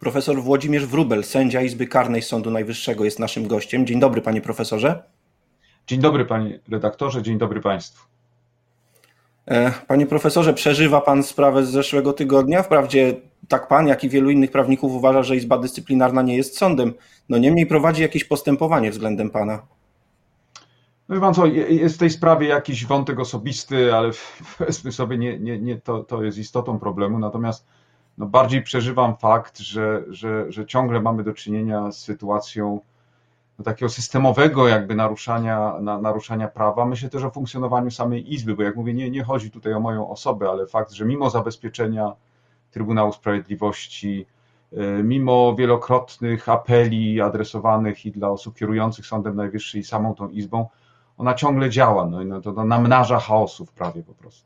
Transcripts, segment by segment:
Profesor Włodzimierz Wróbel, sędzia Izby Karnej Sądu Najwyższego jest naszym gościem. Dzień dobry, panie profesorze. Dzień dobry, panie redaktorze, dzień dobry państwu. Panie profesorze, przeżywa pan sprawę z zeszłego tygodnia? Wprawdzie tak pan, jak i wielu innych prawników uważa, że Izba Dyscyplinarna nie jest sądem. No niemniej prowadzi jakieś postępowanie względem pana. No wie pan co, jest w tej sprawie jakiś wątek osobisty, ale powiedzmy sobie, nie to jest istotą problemu. Natomiast bardziej przeżywam fakt, że ciągle mamy do czynienia z sytuacją takiego systemowego jakby naruszania prawa. Myślę też o funkcjonowaniu samej Izby, bo jak mówię, nie chodzi tutaj o moją osobę, ale fakt, że mimo zabezpieczenia Trybunału Sprawiedliwości, mimo wielokrotnych apeli adresowanych i dla osób kierujących Sądem Najwyższym i samą tą Izbą, ona ciągle działa, to namnaża chaosu w prawie po prostu.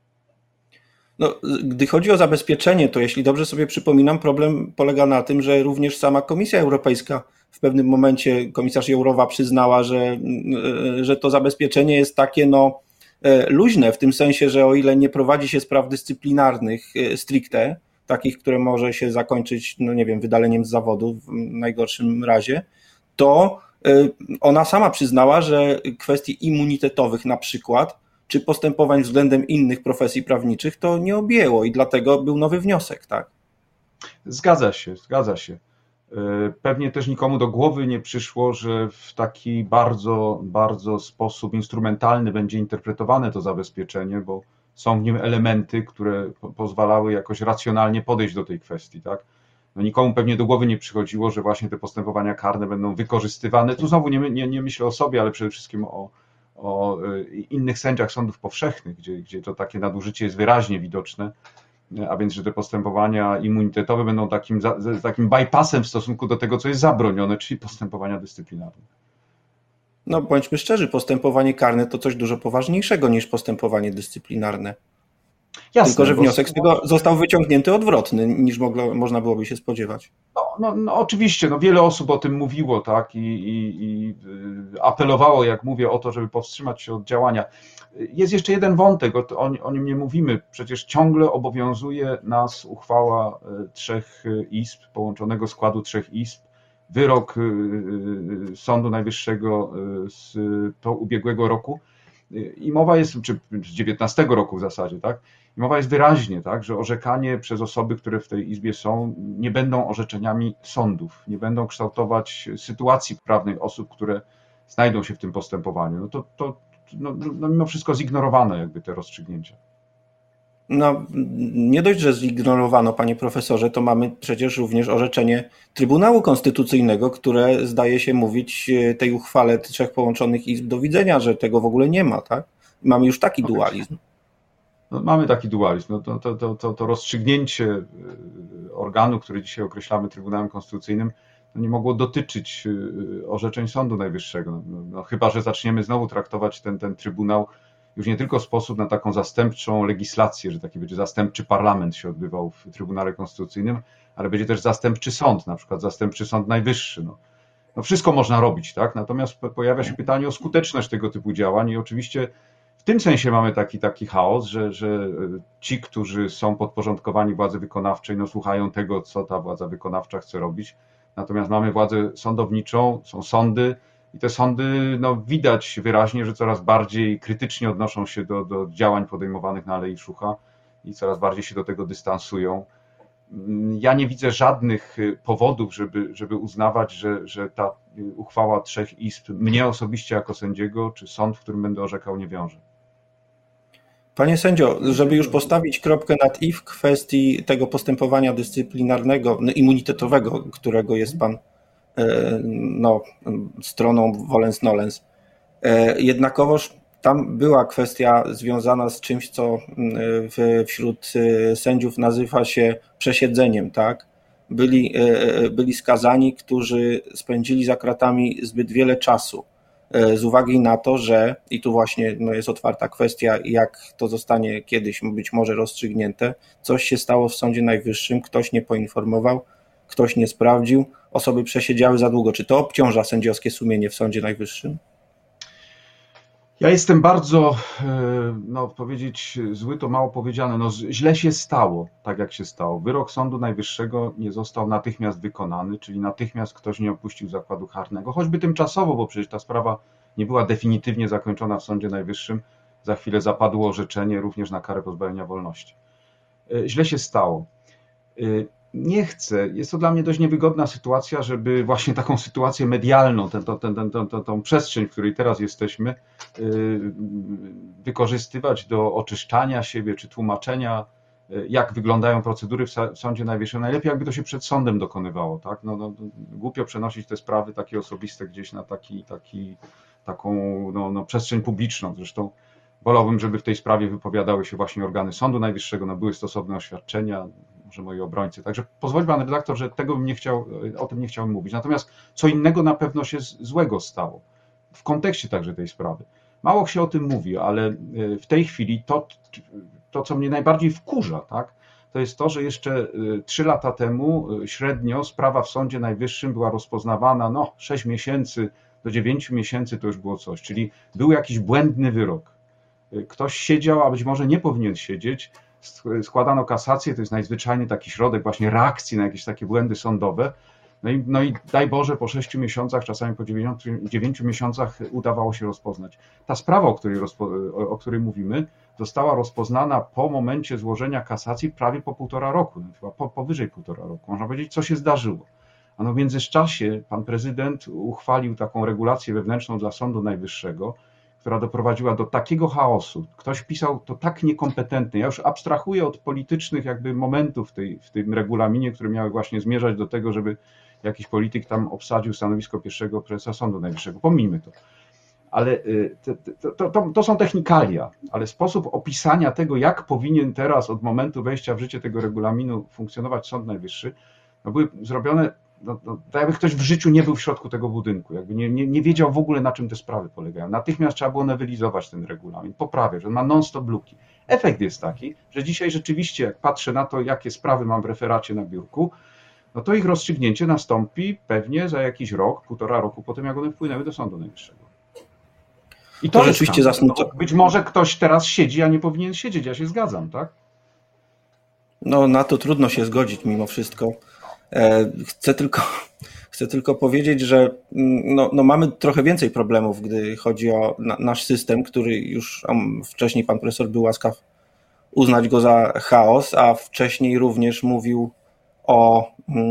Gdy chodzi o zabezpieczenie, to jeśli dobrze sobie przypominam, problem polega na tym, że również sama Komisja Europejska w pewnym momencie, komisarz Jourová przyznała, że to zabezpieczenie jest takie luźne, w tym sensie, że o ile nie prowadzi się spraw dyscyplinarnych stricte, takich, które może się zakończyć, wydaleniem z zawodu w najgorszym razie, to ona sama przyznała, że kwestii immunitetowych na przykład, czy postępowań względem innych profesji prawniczych to nie objęło i dlatego był nowy wniosek, tak? Zgadza się. Pewnie też nikomu do głowy nie przyszło, że w taki bardzo, bardzo sposób instrumentalny będzie interpretowane to zabezpieczenie, bo są w nim elementy, które pozwalały jakoś racjonalnie podejść do tej kwestii, tak? Nikomu pewnie do głowy nie przychodziło, że właśnie te postępowania karne będą wykorzystywane. Tu znowu nie myślę o sobie, ale przede wszystkim o innych sędziach sądów powszechnych, gdzie to takie nadużycie jest wyraźnie widoczne, a więc, że te postępowania immunitetowe będą takim bypassem w stosunku do tego, co jest zabronione, czyli postępowania dyscyplinarne. Bądźmy szczerzy, postępowanie karne to coś dużo poważniejszego niż postępowanie dyscyplinarne. Jasne, tylko że wniosek z tego został wyciągnięty odwrotny, niż można byłoby się spodziewać. Oczywiście, wiele osób o tym mówiło, tak, i apelowało, jak mówię, o to, żeby powstrzymać się od działania. Jest jeszcze jeden wątek, o nim nie mówimy. Przecież ciągle obowiązuje nas uchwała 3 izb, połączonego składu 3 izb, wyrok Sądu Najwyższego z ubiegłego roku. I mowa jest, czy z 19 roku w zasadzie, tak? I mowa jest wyraźnie, tak, że orzekanie przez osoby, które w tej Izbie są, nie będą orzeczeniami sądów, nie będą kształtować sytuacji prawnej osób, które znajdą się w tym postępowaniu. Mimo wszystko zignorowano jakby te rozstrzygnięcia. Nie dość, że zignorowano, panie profesorze, to mamy przecież również orzeczenie Trybunału Konstytucyjnego, które zdaje się mówić tej uchwale 3 połączonych izb do widzenia, że tego w ogóle nie ma, tak? Mamy już taki dualizm. Mamy taki dualizm. To rozstrzygnięcie organu, który dzisiaj określamy Trybunałem Konstytucyjnym, nie mogło dotyczyć orzeczeń Sądu Najwyższego. Chyba że zaczniemy znowu traktować ten Trybunał już nie tylko w sposób na taką zastępczą legislację, że taki będzie zastępczy parlament się odbywał w Trybunale Konstytucyjnym, ale będzie też zastępczy sąd, na przykład zastępczy Sąd Najwyższy. Wszystko można robić, tak? Natomiast pojawia się pytanie o skuteczność tego typu działań i oczywiście w tym sensie mamy taki chaos, że ci, którzy są podporządkowani władzy wykonawczej, słuchają tego, co ta władza wykonawcza chce robić. Natomiast mamy władzę sądowniczą, są sądy i te sądy widać wyraźnie, że coraz bardziej krytycznie odnoszą się do działań podejmowanych na Alei Szucha i coraz bardziej się do tego dystansują. Ja nie widzę żadnych powodów, żeby uznawać, że ta uchwała 3 izb mnie osobiście jako sędziego, czy sąd, w którym będę orzekał, nie wiąże. Panie sędzio, żeby już postawić kropkę nad i w kwestii tego postępowania dyscyplinarnego, immunitetowego, którego jest pan stroną volens nolens, jednakowoż tam była kwestia związana z czymś, co wśród sędziów nazywa się przesiedzeniem, tak? Byli skazani, którzy spędzili za kratami zbyt wiele czasu. Z uwagi na to, że, i tu właśnie jest otwarta kwestia, jak to zostanie kiedyś być może rozstrzygnięte, coś się stało w Sądzie Najwyższym, ktoś nie poinformował, ktoś nie sprawdził, osoby przesiedziały za długo. Czy to obciąża sędziowskie sumienie w Sądzie Najwyższym? Ja jestem bardzo, no powiedzieć zły to mało powiedziane, no źle się stało, tak jak się stało. Wyrok Sądu Najwyższego nie został natychmiast wykonany, czyli natychmiast ktoś nie opuścił zakładu karnego, choćby tymczasowo, bo przecież ta sprawa nie była definitywnie zakończona w Sądzie Najwyższym. Za chwilę zapadło orzeczenie również na karę pozbawienia wolności. Źle się stało. Nie chcę, jest to dla mnie dość niewygodna sytuacja, żeby właśnie taką sytuację medialną, tą przestrzeń, w której teraz jesteśmy, wykorzystywać do oczyszczania siebie czy tłumaczenia, jak wyglądają procedury w Sądzie Najwyższym. Najlepiej jakby to się przed sądem dokonywało, tak? Głupio przenosić te sprawy takie osobiste gdzieś na taką przestrzeń publiczną. Zresztą wolałbym, żeby w tej sprawie wypowiadały się właśnie organy Sądu Najwyższego, były stosowne oświadczenia, może moi obrońcy. Także pozwoli pan redaktor, że tego bym nie chciał, o tym nie chciałem mówić. Natomiast co innego na pewno się złego stało w kontekście także tej sprawy. Mało się o tym mówi, ale w tej chwili to co mnie najbardziej wkurza, tak, to jest to, że jeszcze 3 lata temu średnio sprawa w Sądzie Najwyższym była rozpoznawana 6 miesięcy do 9 miesięcy to już było coś, czyli był jakiś błędny wyrok. Ktoś siedział, a być może nie powinien siedzieć, składano kasację, to jest najzwyczajniej taki środek właśnie reakcji na jakieś takie błędy sądowe. No i daj Boże, po 6 miesiącach, czasami po 9 miesiącach udawało się rozpoznać. Ta sprawa, o której mówimy, została rozpoznana po momencie złożenia kasacji prawie po 1,5 roku, chyba powyżej 1,5 roku. Można powiedzieć, co się zdarzyło. A w międzyczasie pan prezydent uchwalił taką regulację wewnętrzną dla Sądu Najwyższego, która doprowadziła do takiego chaosu. Ktoś pisał to tak niekompetentnie. Ja już abstrahuję od politycznych jakby momentów w tym regulaminie, które miały właśnie zmierzać do tego, żeby jakiś polityk tam obsadził stanowisko pierwszego prezesa Sądu Najwyższego. Pomijmy to. Ale to są technikalia, ale sposób opisania tego, jak powinien teraz od momentu wejścia w życie tego regulaminu funkcjonować Sąd Najwyższy, były zrobione tak jakby ktoś w życiu nie był w środku tego budynku, jakby nie wiedział w ogóle, na czym te sprawy polegają. Natychmiast trzeba było nowelizować ten regulamin, poprawiać, on ma non-stop luki. Efekt jest taki, że dzisiaj rzeczywiście, jak patrzę na to, jakie sprawy mam w referacie na biurku, to ich rozstrzygnięcie nastąpi pewnie za jakiś rok, 1,5 roku po tym, jak one wpłynęły do Sądu Najwyższego. I to rzeczywiście zasmuca. Być może ktoś teraz siedzi, a nie powinien siedzieć, ja się zgadzam, tak? Na to trudno się zgodzić mimo wszystko. Chcę tylko powiedzieć, że mamy trochę więcej problemów, gdy chodzi o nasz system, który już wcześniej pan profesor był łaskaw uznać go za chaos, a wcześniej również mówił o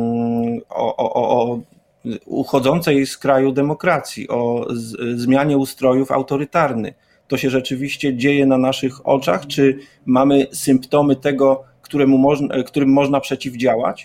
uchodzącej z kraju demokracji, o zmianie ustrojów autorytarnych. To się rzeczywiście dzieje na naszych oczach? Czy mamy symptomy tego, którym można przeciwdziałać?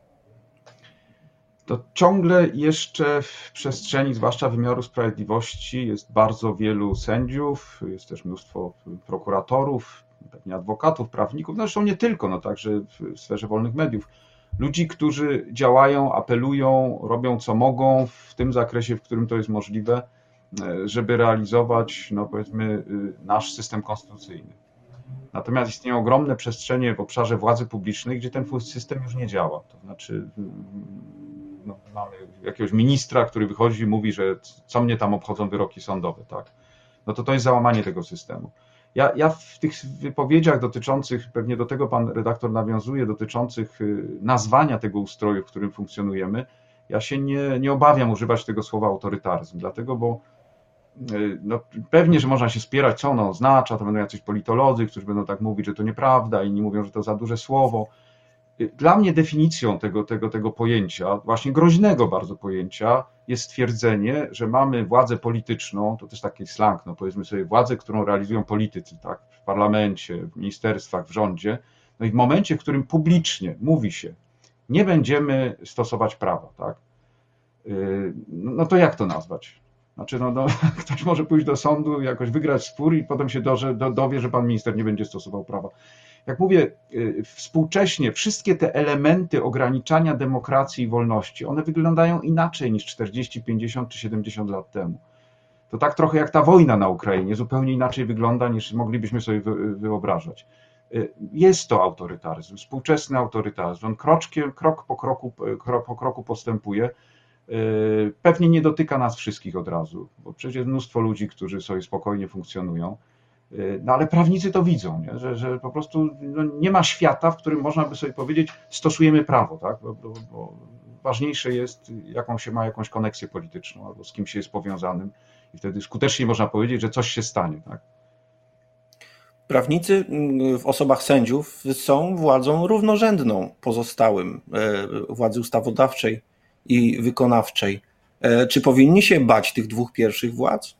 To ciągle jeszcze w przestrzeni, zwłaszcza wymiaru sprawiedliwości, jest bardzo wielu sędziów, jest też mnóstwo prokuratorów, pewnie adwokatów, prawników, zresztą nie tylko, także w sferze wolnych mediów. Ludzi, którzy działają, apelują, robią co mogą w tym zakresie, w którym to jest możliwe, żeby realizować, powiedzmy, nasz system konstytucyjny. Natomiast istnieją ogromne przestrzenie w obszarze władzy publicznej, gdzie ten system już nie działa. To znaczy mamy jakiegoś ministra, który wychodzi i mówi, że co mnie tam obchodzą wyroki sądowe, tak? To jest załamanie tego systemu. Ja w tych wypowiedziach dotyczących, pewnie do tego pan redaktor nawiązuje, dotyczących nazwania tego ustroju, w którym funkcjonujemy, ja się nie obawiam używać tego słowa autorytaryzm, dlatego, bo pewnie, że można się spierać, co ono oznacza, to będą jacyś politolodzy, którzy będą tak mówić, że to nieprawda, inni mówią, że to za duże słowo. Dla mnie definicją tego pojęcia, właśnie groźnego bardzo pojęcia, jest stwierdzenie, że mamy władzę polityczną, to też taki slang, powiedzmy sobie, władzę, którą realizują politycy, tak, w parlamencie, w ministerstwach, w rządzie, i w momencie, w którym publicznie mówi się, nie będziemy stosować prawa, tak, to jak to nazwać? Znaczy, ktoś może pójść do sądu, jakoś wygrać spór i potem się dowie, że pan minister nie będzie stosował prawa. Jak mówię, współcześnie wszystkie te elementy ograniczania demokracji i wolności, one wyglądają inaczej niż 40, 50 czy 70 lat temu. To tak trochę jak ta wojna na Ukrainie, zupełnie inaczej wygląda niż moglibyśmy sobie wyobrażać. Jest to autorytaryzm, współczesny autorytaryzm. On krok po kroku postępuje. Pewnie nie dotyka nas wszystkich od razu, bo przecież jest mnóstwo ludzi, którzy sobie spokojnie funkcjonują. No ale prawnicy to widzą, nie? Że po prostu no, nie ma świata, w którym można by sobie powiedzieć, stosujemy prawo, tak? Bo ważniejsze jest, jaką się ma jakąś koneksję polityczną albo z kim się jest powiązanym i wtedy skutecznie można powiedzieć, że coś się stanie. Tak? Prawnicy w osobach sędziów są władzą równorzędną pozostałym władzy ustawodawczej i wykonawczej. Czy powinni się bać tych dwóch pierwszych władz?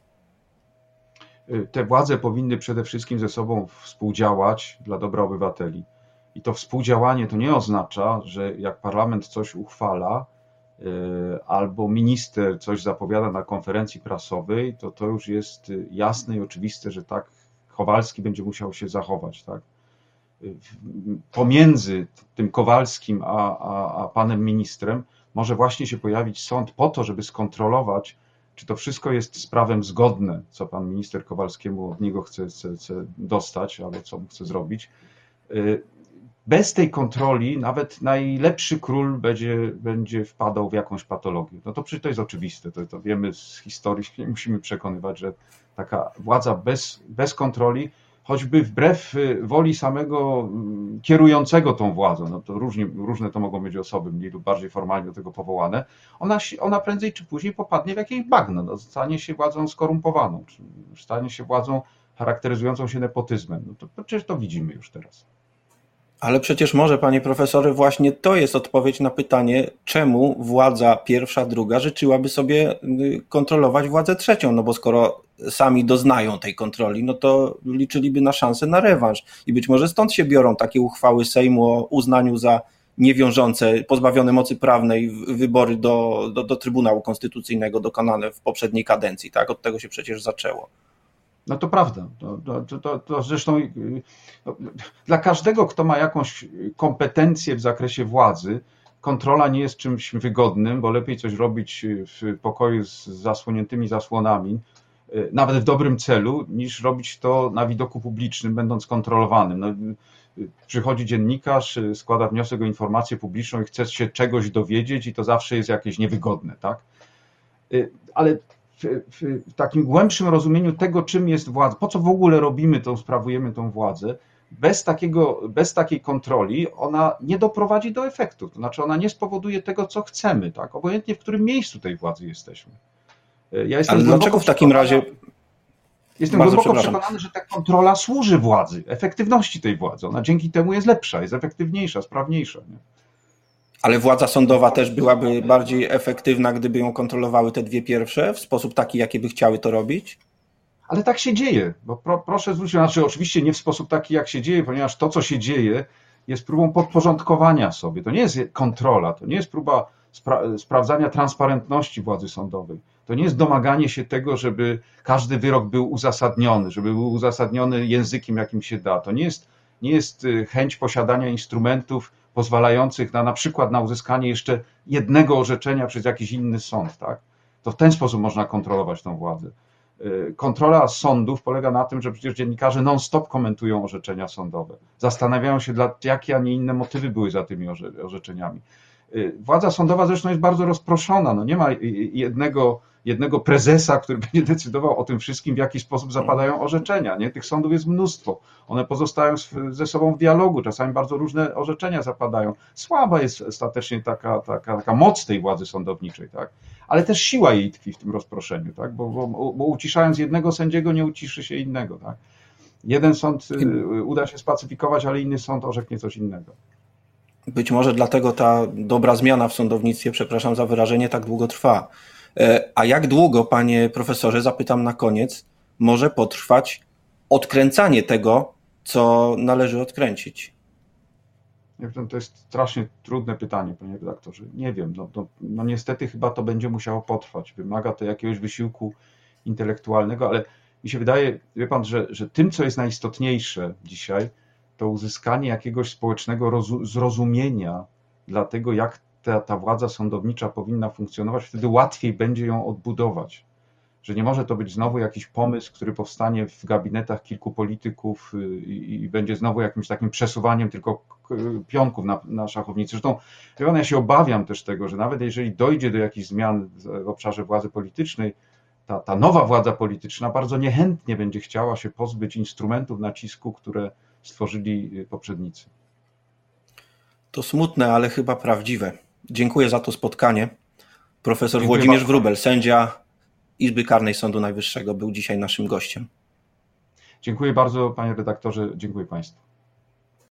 Te władze powinny przede wszystkim ze sobą współdziałać dla dobra obywateli. I to współdziałanie to nie oznacza, że jak parlament coś uchwala, albo minister coś zapowiada na konferencji prasowej, to już jest jasne i oczywiste, że tak Kowalski będzie musiał się zachować. Tak? Pomiędzy tym Kowalskim a panem ministrem może właśnie się pojawić sąd po to, żeby skontrolować, czy to wszystko jest z prawem zgodne, co pan minister Kowalskiemu od niego chce dostać, albo co mu chce zrobić. Bez tej kontroli nawet najlepszy król będzie wpadał w jakąś patologię. No to przecież to jest oczywiste, to wiemy z historii, nie musimy przekonywać, że taka władza bez kontroli, choćby wbrew woli samego kierującego tą władzą, no to różne to mogą być osoby, mniej lub bardziej formalnie do tego powołane, ona prędzej czy później popadnie w jakieś bagno, no, stanie się władzą skorumpowaną, czy stanie się władzą charakteryzującą się nepotyzmem. No to przecież to widzimy już teraz. Ale przecież może, panie profesorze, właśnie to jest odpowiedź na pytanie, czemu władza pierwsza, druga życzyłaby sobie kontrolować władzę trzecią, no bo skoro sami doznają tej kontroli, no to liczyliby na szansę na rewanż. I być może stąd się biorą takie uchwały Sejmu o uznaniu za niewiążące, pozbawione mocy prawnej wybory do Trybunału Konstytucyjnego dokonane w poprzedniej kadencji. Tak? Od tego się przecież zaczęło. No to prawda. To zresztą dla każdego, kto ma jakąś kompetencję w zakresie władzy, kontrola nie jest czymś wygodnym, bo lepiej coś robić w pokoju z zasłoniętymi zasłonami, nawet w dobrym celu, niż robić to na widoku publicznym, będąc kontrolowanym. No, przychodzi dziennikarz, składa wniosek o informację publiczną i chce się czegoś dowiedzieć i to zawsze jest jakieś niewygodne, tak? Ale w takim głębszym rozumieniu tego, czym jest władza, po co w ogóle sprawujemy tą władzę, bez takiej kontroli ona nie doprowadzi do efektu, to znaczy ona nie spowoduje tego, co chcemy, tak? Obojętnie w którym miejscu tej władzy jesteśmy. Ale dlaczego w takim razie... Jestem głęboko przekonany, że ta kontrola służy władzy, efektywności tej władzy. Ona dzięki temu jest lepsza, jest efektywniejsza, sprawniejsza. Nie? Ale władza sądowa też byłaby bardziej efektywna, gdyby ją kontrolowały te dwie pierwsze w sposób taki, jaki by chciały to robić? Ale tak się dzieje, bo proszę zwrócić uwagę, znaczy oczywiście nie w sposób taki, jak się dzieje, ponieważ to, co się dzieje, jest próbą podporządkowania sobie. To nie jest kontrola, to nie jest próba sprawdzania transparentności władzy sądowej. To nie jest domaganie się tego, żeby każdy wyrok był uzasadniony, żeby był uzasadniony językiem, jakim się da. To nie jest chęć posiadania instrumentów pozwalających na przykład na uzyskanie jeszcze jednego orzeczenia przez jakiś inny sąd. Tak? To w ten sposób można kontrolować tą władzę. Kontrola sądów polega na tym, że przecież dziennikarze non-stop komentują orzeczenia sądowe. Zastanawiają się, jakie, a nie inne motywy były za tymi orzeczeniami. Władza sądowa zresztą jest bardzo rozproszona. No nie ma jednego prezesa, który będzie decydował o tym wszystkim, w jaki sposób zapadają orzeczenia. Nie? Tych sądów jest mnóstwo. One pozostają ze sobą w dialogu. Czasami bardzo różne orzeczenia zapadają. Słaba jest ostatecznie taka moc tej władzy sądowniczej. Tak? Ale też siła jej tkwi w tym rozproszeniu. Tak? Bo uciszając jednego sędziego, nie uciszy się innego. Tak? Jeden sąd uda się spacyfikować, ale inny sąd orzeknie coś innego. Być może dlatego ta dobra zmiana w sądownictwie, przepraszam za wyrażenie, tak długo trwa. A jak długo, panie profesorze, zapytam na koniec, może potrwać odkręcanie tego, co należy odkręcić? To jest strasznie trudne pytanie, panie redaktorze. Nie wiem, no niestety chyba to będzie musiało potrwać. Wymaga to jakiegoś wysiłku intelektualnego, ale mi się wydaje, wie pan, że tym, co jest najistotniejsze dzisiaj, to uzyskanie jakiegoś społecznego zrozumienia dla tego, jak ta władza sądownicza powinna funkcjonować, wtedy łatwiej będzie ją odbudować. że nie może to być znowu jakiś pomysł, który powstanie w gabinetach kilku polityków i będzie znowu jakimś takim przesuwaniem tylko pionków na szachownicy. Zresztą ja się obawiam też tego, że nawet jeżeli dojdzie do jakichś zmian w obszarze władzy politycznej, ta nowa władza polityczna bardzo niechętnie będzie chciała się pozbyć instrumentów nacisku, które stworzyli poprzednicy. To smutne, ale chyba prawdziwe. Dziękuję za to spotkanie. Profesor Dziękuję Włodzimierz bardzo. Wróbel, sędzia Izby Karnej Sądu Najwyższego, był dzisiaj naszym gościem. Dziękuję bardzo, panie redaktorze, dziękuję państwu.